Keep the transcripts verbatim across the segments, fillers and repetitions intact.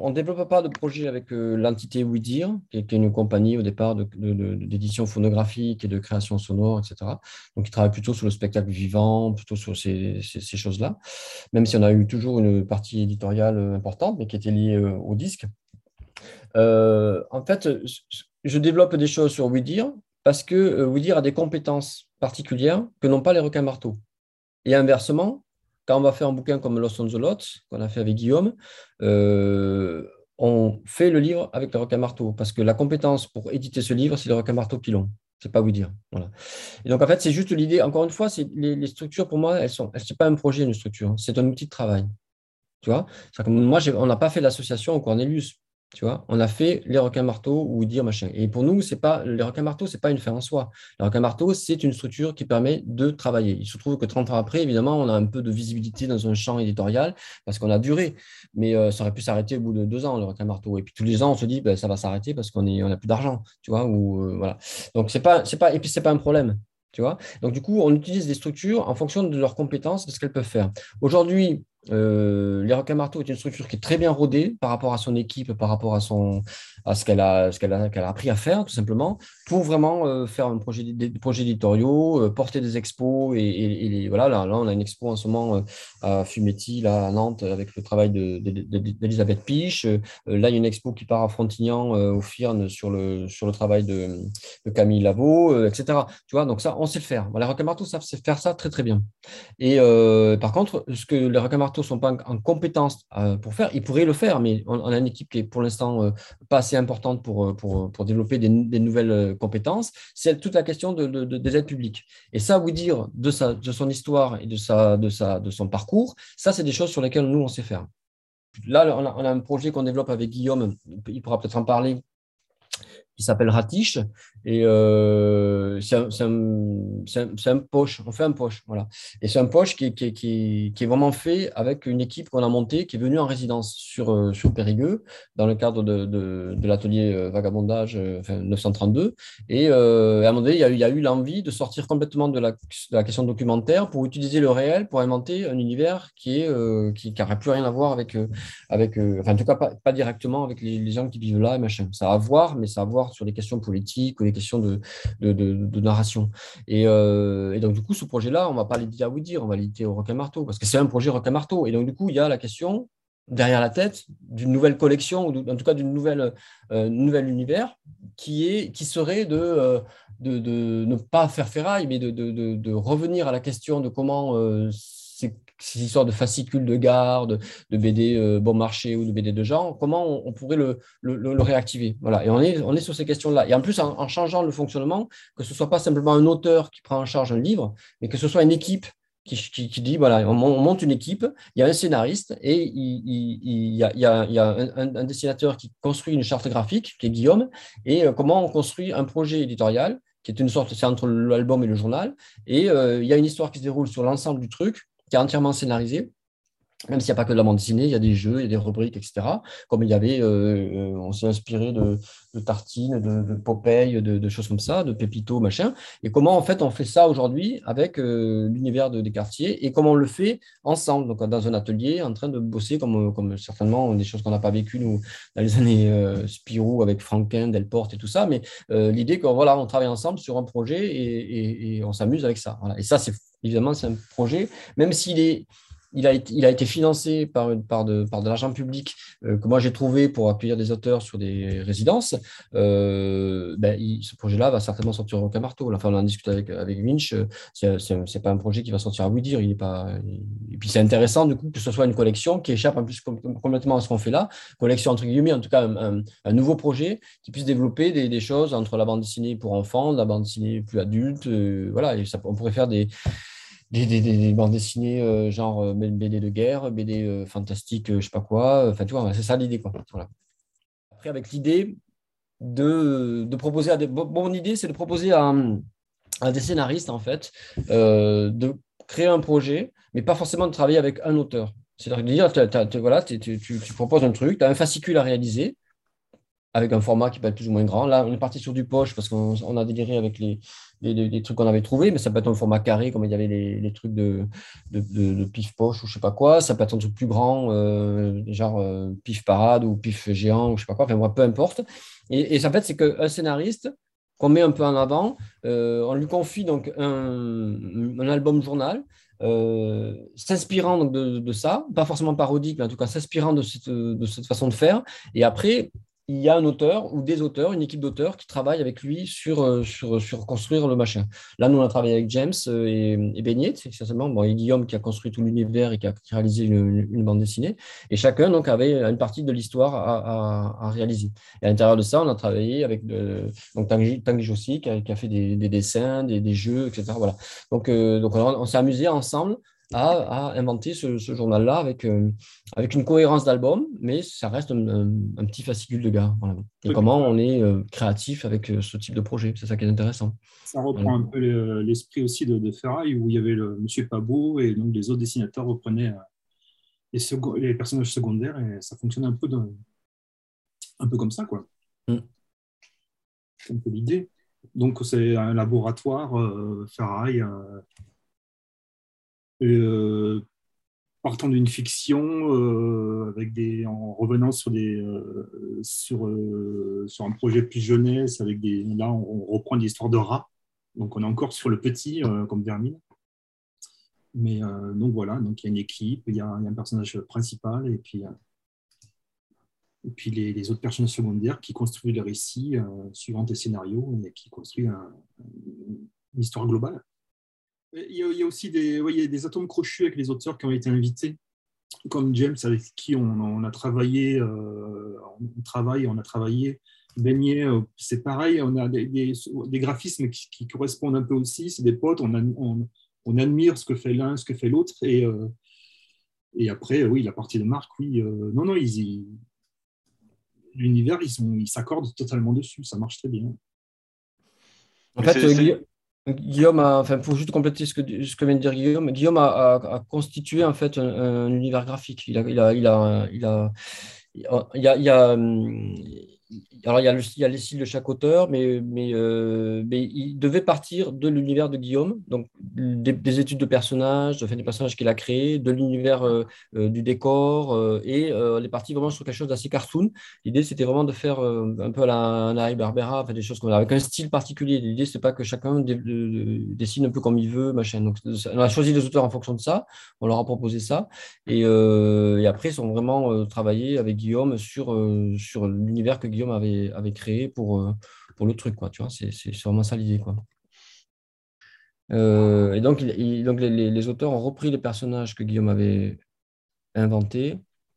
on ne développe pas de projet avec euh, l'entité Ouidir, qui est, qui est une compagnie au départ de- de- de- d'édition phonographique et de création sonore, et cetera. Donc, ils travaillent plutôt sur le spectacle vivant, plutôt sur ces, ces- ces choses-là, même si on a eu toujours une partie éditoriale euh, importante, mais qui était liée euh, au disque. Euh, en fait, je développe des choses sur Ouidir parce que euh, Ouidir a des compétences particulières que n'ont pas les requins-marteaux. Et inversement, quand on va faire un bouquin comme Lost on the Lot, qu'on a fait avec Guillaume, euh, on fait le livre avec le requin-marteau parce que la compétence pour éditer ce livre, c'est le requin-marteau qui l'ont. C'est pas Ouidir. Voilà. Et donc, en fait, c'est juste l'idée. Encore une fois, c'est les, les structures, pour moi, elles sont, elles, c'est pas un projet, une structure. Hein. C'est un outil de travail. Tu vois? C'est-à-dire que moi, j'ai- on n'a pas fait l'association au Cornelius. Tu vois? On a fait les requins-marteaux ou dire machin. Et pour nous, c'est pas, les requins-marteaux, ce n'est pas une fin en soi. Les requins-marteaux, c'est une structure qui permet de travailler. Il se trouve que trente ans après, évidemment, on a un peu de visibilité dans un champ éditorial parce qu'on a duré. Mais euh, ça aurait pu s'arrêter au bout de deux ans, le requin-marteau. Et puis tous les ans, on se dit, ben, ça va s'arrêter parce qu'on est, on n'a plus d'argent. Tu vois? Ou, euh, voilà. Donc, c'est pas, c'est pas, et puis, ce n'est pas un problème. Tu vois? Donc, du coup, on utilise des structures en fonction de leurs compétences, de ce qu'elles peuvent faire. Aujourd'hui, euh, les Requins-Marteaux est une structure qui est très bien rodée par rapport à son équipe, par rapport à, son, à ce qu'elle a, ce qu'elle a, qu'elle a appris à faire, tout simplement, pour vraiment euh, faire un projet, des projets éditoriaux, euh, porter des expos. Et, et- et les- voilà, là, là, on a une expo en ce moment euh, à Fumetti, là, à Nantes, avec le travail de- de- de- d'Elisabeth Piche. Euh, là, il y a une expo qui part à Frontignan, euh, au Firn, sur le, sur le travail de, de Camille Lavaux, euh, et cetera. Tu vois, donc ça, on sait le faire. Voilà, les Requins-Marteaux savent faire ça très, très bien. Et euh, par contre, ce que les requins-marteaux ne sont pas en, en compétence euh, pour faire, ils pourraient le faire, mais on, on a une équipe qui est pour l'instant euh, pas assez importante pour, euh, pour, pour développer des, des nouvelles euh, compétences. C'est toute la question de, de- de- des aides publiques. Et ça, vous dire de, sa, de son histoire et de, sa, de, sa, de son parcours, ça, c'est des choses sur lesquelles nous, on sait faire. Là, on a, on a un projet qu'on développe avec Guillaume, il pourra peut-être en parler, qui s'appelle Ratiche. Et euh, c'est un, c'est un, c'est un, c'est un poche, on fait un poche. Voilà. Et c'est un poche qui est, qui, est, qui, est, qui est vraiment fait avec une équipe qu'on a montée, qui est venue en résidence sur, euh, sur Périgueux, dans le cadre de, de, de l'atelier euh, vagabondage euh, enfin, neuf cent trente-deux. Et euh, à un moment donné, il y a eu, il y a eu l'envie de sortir complètement de la, de la question documentaire pour utiliser le réel, pour inventer un univers qui est euh, qui n'aurait plus rien à voir avec, euh, avec euh, enfin en tout cas pas, pas directement avec les, les gens qui vivent là et machin. Ça a à voir, mais ça a à voir sur les questions politiques ou les questions de, de, de, de narration. Et, euh, et, donc, du coup, ce projet-là, on ne va pas l'éditer à Ouidir, on va l'éditer au Requin-Marteau, parce que c'est un projet Requin-Marteau. Et donc, du coup, il y a la question derrière la tête d'une nouvelle collection, ou en tout cas d'une nouvelle, euh, nouvelle univers, qui, est, qui serait de, euh, de, de, ne pas faire ferraille, mais de, de, de, de revenir à la question de comment euh, ces, ces histoires de fascicules de gare, de, de B D euh, bon marché ou de B D de genre, comment on, on pourrait le, le, le, réactiver. Voilà. Et on est, on est sur ces questions-là. Et en plus, en, en changeant le fonctionnement, que ce ne soit pas simplement un auteur qui prend en charge un livre, mais que ce soit une équipe qui, qui, qui dit, voilà, on, on, monte une équipe, il y a un scénariste et il, il, il, y, a, il y, a, il y a un, un, dessinateur qui construit une charte graphique, qui est Guillaume, et euh, comment on construit un projet éditorial, qui est une sorte, c'est entre l'album et le journal, et euh, il y a une histoire qui se déroule sur l'ensemble du truc, qui est entièrement scénarisée. Même s'il n'y a pas que de la bande dessinée, il y a des jeux, il y a des rubriques, et cetera. Comme il y avait, euh, on s'est inspiré de, de Tartine, de, de Popeye, de, de choses comme ça, de Pépito, machin. Et comment, en fait, on fait ça aujourd'hui avec euh, l'univers de, des quartiers et comment on le fait ensemble, donc dans un atelier, en train de bosser, comme, comme certainement des choses qu'on n'a pas vécues, nous, dans les années euh, Spirou, avec Franquin, Delporte et tout ça. Mais euh, l'idée qu'on voilà, on travaille ensemble sur un projet et, et, et on s'amuse avec ça. Voilà. Et ça, c'est évidemment, c'est un projet, même s'il est il a été, il a été financé par, une, par, de, par de l'argent public euh, que moi j'ai trouvé pour accueillir des auteurs sur des résidences. Euh, ben, il, ce projet-là va certainement sortir au Requin-Marteau. Enfin, on en discute avec, avec Winch. C'est, c'est, c'est pas un projet qui va sortir à Ouidir. Il est pas. Et puis c'est intéressant du coup que ce soit une collection qui échappe en plus com- complètement à ce qu'on fait là. Collection entre guillemets, en tout cas un, un, un nouveau projet qui puisse développer des, des choses entre la bande dessinée pour enfants, la bande dessinée plus adulte. Euh, voilà, et ça, on pourrait faire des des, des, des, des bandes dessinées euh, genre euh, B D de guerre, B D euh, fantastique, euh, je sais pas quoi. Enfin, tu vois, c'est ça l'idée, quoi. Voilà. Après, avec l'idée de, de proposer à des... Bon, mon idée, c'est de proposer à, un- à des scénaristes, en fait, euh, de créer un projet, mais pas forcément de travailler avec un auteur. C'est-à-dire de dire, t'as- t'as- t'as- voilà, tu, tu, tu proposes un truc, tu as un fascicule à réaliser, avec un format qui peut être plus ou moins grand. Là, on est parti sur du poche parce qu'on on a déliré avec les, les, les- les trucs qu'on avait trouvés, mais ça peut être un format carré, comme il y avait les, les trucs de, de, de- de pif poche ou je sais pas quoi. Ça peut être un truc plus grand, euh, genre euh, pif parade ou pif géant ou je sais pas quoi. Enfin, moi, peu importe. Et, et en fait, c'est qu'un scénariste qu'on met un peu en avant, euh, on lui confie donc un, un album journal. euh, s'inspirant donc de, de ça, pas forcément parodique, mais en tout cas s'inspirant de cette, de cette façon de faire. Et après, il y a un auteur ou des auteurs, une équipe d'auteurs qui travaille avec lui sur, euh, sur, sur construire le machin. Là, nous, on a travaillé avec James euh, et, et Beignet, essentiellement, bon, et Guillaume qui a construit tout l'univers et qui a, qui a réalisé une, une bande dessinée. Et chacun donc, avait une partie de l'histoire à, à, à réaliser. Et à l'intérieur de ça, on a travaillé avec de, donc, Tanguy, Tanguy Jossi qui a, qui a fait des, des dessins, des, des, jeux, et cetera. Voilà. Donc, euh, donc on, on s'est amusé ensemble à, à inventer ce, ce journal-là avec, euh, avec une cohérence d'album, mais ça reste un, un- un petit fascicule de gars. Voilà. Et Truc, comment on est euh, créatif avec euh, ce type de projet, c'est ça qui est intéressant. ça Voilà. reprend un peu le- l'esprit aussi de, de Ferraille, où il y avait le Monsieur Pabot et donc les autres dessinateurs reprenaient euh, les, seconds- les personnages secondaires et ça fonctionnait un peu, de- un peu comme ça, quoi. Mm. C'est un peu l'idée. Donc c'est un laboratoire euh, Ferraille euh, et, euh, partant d'une fiction euh, avec des, en revenant sur, des, euh, sur, euh, sur un projet plus jeunesse, avec des, là on, on reprend l'histoire de rats, donc on est encore sur le petit euh, comme Vermine. Mais euh, donc voilà, donc il y a une équipe, il y a, il y a un personnage principal et puis, euh, et puis les, les, autres personnages secondaires qui construisent le récit euh, suivant des scénarios et qui construisent un, une histoire globale. Il y, a, il y a aussi des, ouais, il y a des atomes crochus avec les auteurs qui ont été invités, comme James avec qui on, on a travaillé, euh, on travaille, on a travaillé. Beignet, euh, c'est pareil, on a des, des, des graphismes qui, qui, correspondent un peu aussi, c'est des potes, on, a, on, on, admire ce que fait l'un, ce que fait l'autre, et, euh, et après, oui, la partie de Marc, oui, euh, non, non, ils, ils, l'univers, ils sont, ils s'accordent totalement dessus, ça marche très bien. En Mais fait, c'est, euh, c'est- Guilla- Guillaume a, enfin, pour juste compléter ce que, ce que vient de dire Guillaume, Guillaume a, a- a constitué en fait un, un univers graphique. Il a, il a, il a, il a, il y a, il y a, hum, alors il y a, le, il y a les styles de chaque auteur, mais, mais, euh, mais il devait partir de l'univers de Guillaume, donc des, des études de personnages, enfin, des personnages qu'il a créés, de l'univers euh, euh, du décor, euh, et euh, on est parti vraiment sur quelque chose d'assez cartoon. L'idée, c'était vraiment de faire euh, un peu à la, à la Barbera, enfin, des choses comme ça, avec un style particulier. L'idée, c'est pas que chacun dé- de- de- dessine un peu comme il veut, machin. Donc, on a choisi les auteurs en fonction de ça, on leur a proposé ça. Et, euh, et après, ils ont vraiment euh, travaillé avec Guillaume sur, euh, sur l'univers que Guillaume avait, avait créé pour, euh, pour le truc, quoi. Tu vois, c'est c'est- c'est vraiment ça l'idée, quoi. Euh, et donc, il- il- donc les, les- les auteurs ont repris les personnages que Guillaume avait inventés,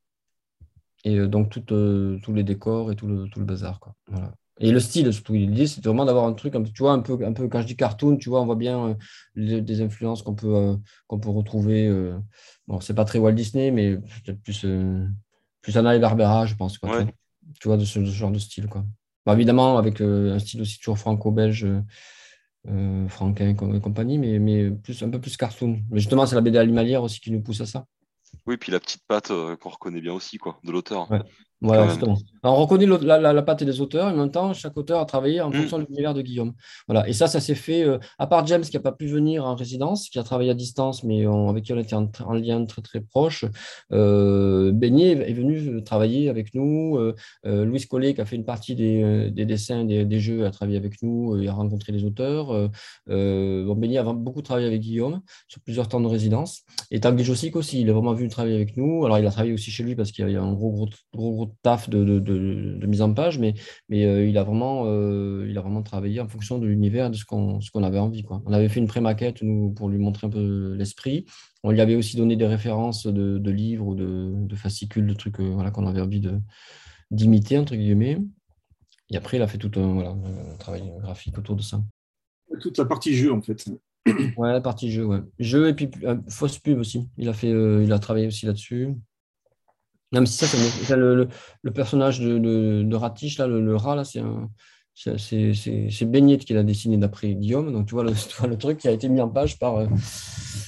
et euh, donc tout, euh, tous les décors et tout le, tout le bazar, quoi. Voilà. Et le style, surtout, l'idée, c'était vraiment d'avoir un truc, un peu, tu vois, un peu, un peu, quand je dis cartoon, tu vois, on voit bien euh, les- des influences qu'on peut, euh, qu'on peut retrouver. Euh, bon, c'est pas très Walt Disney, mais peut-être plus, euh, plus Hanna et Barbera, je pense, quoi, tu ouais. vois, tu vois, de ce, de ce genre de style, quoi. Bon, évidemment, avec euh, un style aussi toujours franco-belge, euh, euh, Franquin et com- et compagnie, mais, mais plus, un peu plus cartoon. Mais justement, c'est la B D animalière aussi qui nous pousse à ça. Oui, puis la petite patte euh, qu'on reconnaît bien aussi, quoi, de l'auteur, Ouais, quand voilà, même. justement. Alors, on reconnaît l'autre- la, la, la patte des auteurs, et en même temps, chaque auteur a travaillé en Hmm. fonction de l'univers de Guillaume. Voilà. Et ça, ça s'est fait, euh, à part James qui n'a pas pu venir en résidence, qui a travaillé à distance, mais on- avec qui on était en, en lien très très proche. Euh, Beignet est venu travailler avec nous. Euh, euh, Louis Collet, qui a fait une partie des, euh, des dessins, des, des jeux, a travaillé avec nous, euh, et a rencontré les auteurs. Euh, euh, bon, Beignet a beaucoup travaillé avec Guillaume sur plusieurs temps de résidence. Et Tanguy Jossic aussi, il est vraiment venu travailler avec nous. Alors, il a travaillé aussi chez lui parce qu'il y a un gros, gros, gros, gros taf de, de, de, de mise en page, mais, mais euh, il a vraiment, euh, il a vraiment travaillé en fonction de l'univers, de ce qu'on ce qu'on avait envie, quoi. On avait fait une pré-maquette, nous, pour lui montrer un peu l'esprit. On lui avait aussi donné des références de, de livres ou de, de fascicules, de trucs euh, voilà, qu'on avait envie de, d'imiter, entre guillemets. Et après, il a fait tout un, voilà, un travail graphique autour de ça. Toute la partie jeu, en fait. Ouais, la partie jeu, ouais. Jeu et puis euh, fausse pub aussi. Il a fait, euh, il a travaillé aussi là-dessus. Même si ça, c'est un- ça, le, le- le personnage de, de, de Ratiche, là, le, le rat, là, c'est un, c'est c'est- c'est- c'est Beignet qui l'a dessiné d'après Guillaume. Donc, tu vois, le, tu vois le truc qui a été mis en page par, euh,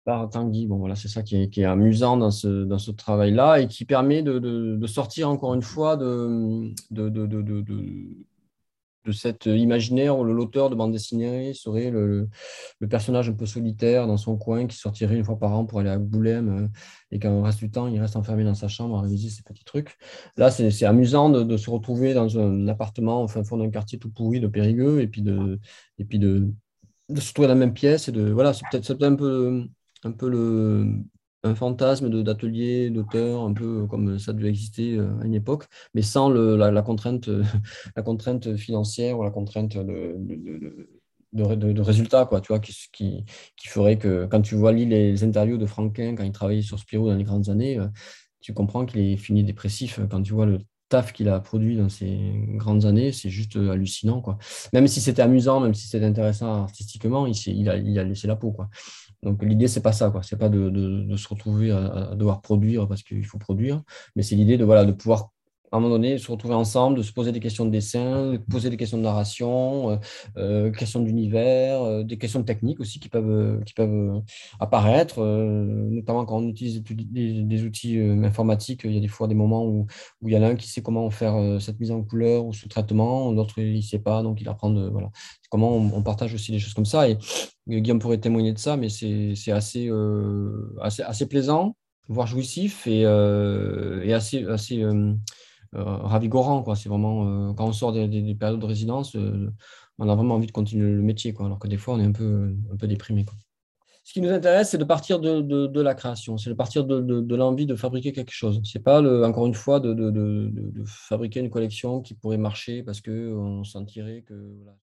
par Tanguy. Bon, voilà, c'est ça qui est, qui est amusant dans ce, dans ce travail-là et qui permet de, de- de sortir encore une fois de, de, de, de, de, de- de cet imaginaire où l'auteur de bande dessinée serait le, le personnage un peu solitaire dans son coin qui sortirait une fois par an pour aller à Angoulême euh, et quand reste du temps, il reste enfermé dans sa chambre à réviser ses petits trucs. Là, c'est c'est amusant de, de se retrouver dans un appartement au fin fond d'un quartier tout pourri de Périgueux et puis de, et puis de, de se trouver dans la même pièce et de voilà, c'est peut-être c'est peut-être un peu un peu le un fantasme de- d'atelier d'auteur un peu comme ça devait exister euh, à une époque, mais sans le, la, la contrainte la contrainte financière ou la contrainte de, de, de, de, de- de résultat quoi, tu vois, qui, qui, qui ferait que quand tu vois lis les, les interviews de Franquin quand il travaillait sur Spirou dans les grandes années, euh, tu comprends qu'il est fini dépressif quand tu vois le taf qu'il a produit dans ces grandes années, c'est juste euh, hallucinant quoi. Même si c'était amusant, même si c'était intéressant artistiquement, il, s'est- il a, il a laissé la peau, quoi. Donc l'idée, c'est pas ça, quoi. C'est pas de, de- de se retrouver à, à devoir produire parce qu'il faut produire, mais c'est l'idée de, voilà, de pouvoir, à un moment donné, se retrouver ensemble, de se poser des questions de dessin, de poser des questions de narration, euh, euh, questions d'univers, euh, des questions techniques aussi qui peuvent, euh, qui peuvent euh, apparaître, euh, notamment quand on utilise des, des- des outils euh, informatiques. Il y a des fois des moments où, où il y en a un qui sait comment faire euh, cette mise en couleur ou ce traitement, l'autre, il ne sait pas, donc il apprend de, voilà. Comment on, on partage aussi des choses comme ça. Et Guillaume pourrait témoigner de ça, mais c'est c'est assez, euh, assez, assez plaisant, voire jouissif et, euh, et assez, assez euh, euh, ravigorant, quoi. C'est vraiment, euh, quand on sort des, des- des périodes de résidence, euh, on a vraiment envie de continuer le métier, quoi, alors que des fois, on est un peu, un peu déprimé, quoi. Ce qui nous intéresse, c'est de partir de, de, de la création, c'est de partir de, de, de l'envie de fabriquer quelque chose. C'est pas, le, encore une fois, de, de, de, de- de fabriquer une collection qui pourrait marcher parce qu'on sentirait que… Voilà.